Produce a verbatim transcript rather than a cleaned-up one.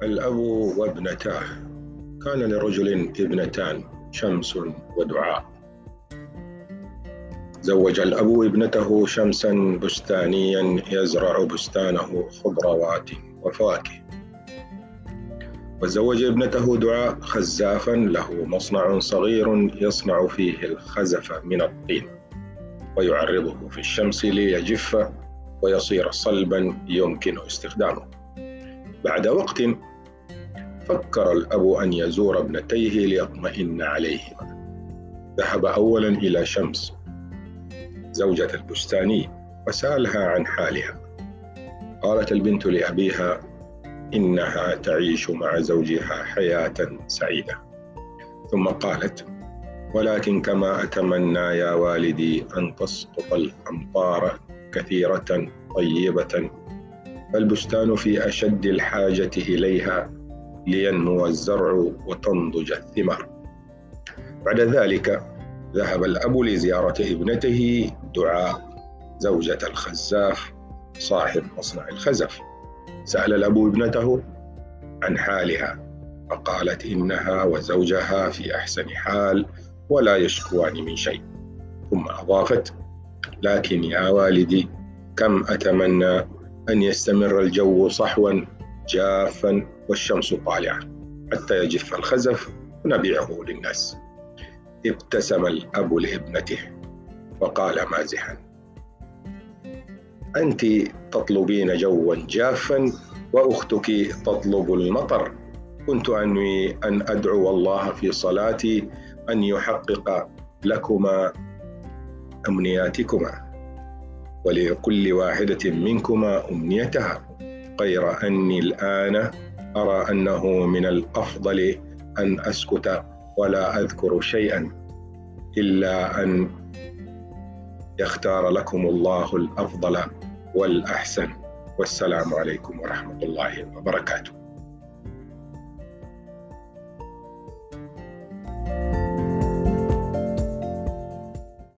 الأب وابنتاه. كان لرجل ابنتان، شمس ودعاء. زوج الأب ابنته شمسا بستانيا يزرع بستانه خضروات وفواكه، وزوج ابنته دعاء خزافا له مصنع صغير يصنع فيه الخزف من الطين ويعرضه في الشمس ليجف ويصير صلبا يمكن استخدامه. بعد وقت فكر الأب أن يزور ابنتيه ليطمئن عليهما. ذهب أولا إلى شمس زوجة البستاني وسألها عن حالها. قالت البنت لأبيها إنها تعيش مع زوجها حياة سعيدة. ثم قالت: ولكن كما أتمنى يا والدي أن تسقط الأمطار كثيرة طيبة، فالبستان في أشد الحاجة إليها لينمو الزرع وتنضج الثمار. بعد ذلك ذهب الأب لزيارة ابنته دعاء زوجة الخزاف صاحب مصنع الخزف. سأل الأب ابنته عن حالها، فقالت إنها وزوجها في أحسن حال ولا يشكوان من شيء. ثم أضافت: لكن يا والدي كم أتمنى أن يستمر الجو صحوا جافا والشمس طالعة حتى يجف الخزف ونبيعه للناس. ابتسم الأب لابنته وقال مازحا: أنت تطلبين جوا جافا وأختك تطلب المطر. كنت أنوي أن أدعو الله في صلاتي أن يحقق لكما أمنياتكما ولكل واحدة منكما أمنيتها، غير أني الآن أرى أنه من الأفضل أن أسكت ولا أذكر شيئا إلا أن يختار لكم الله الأفضل والأحسن. والسلام عليكم ورحمة الله وبركاته.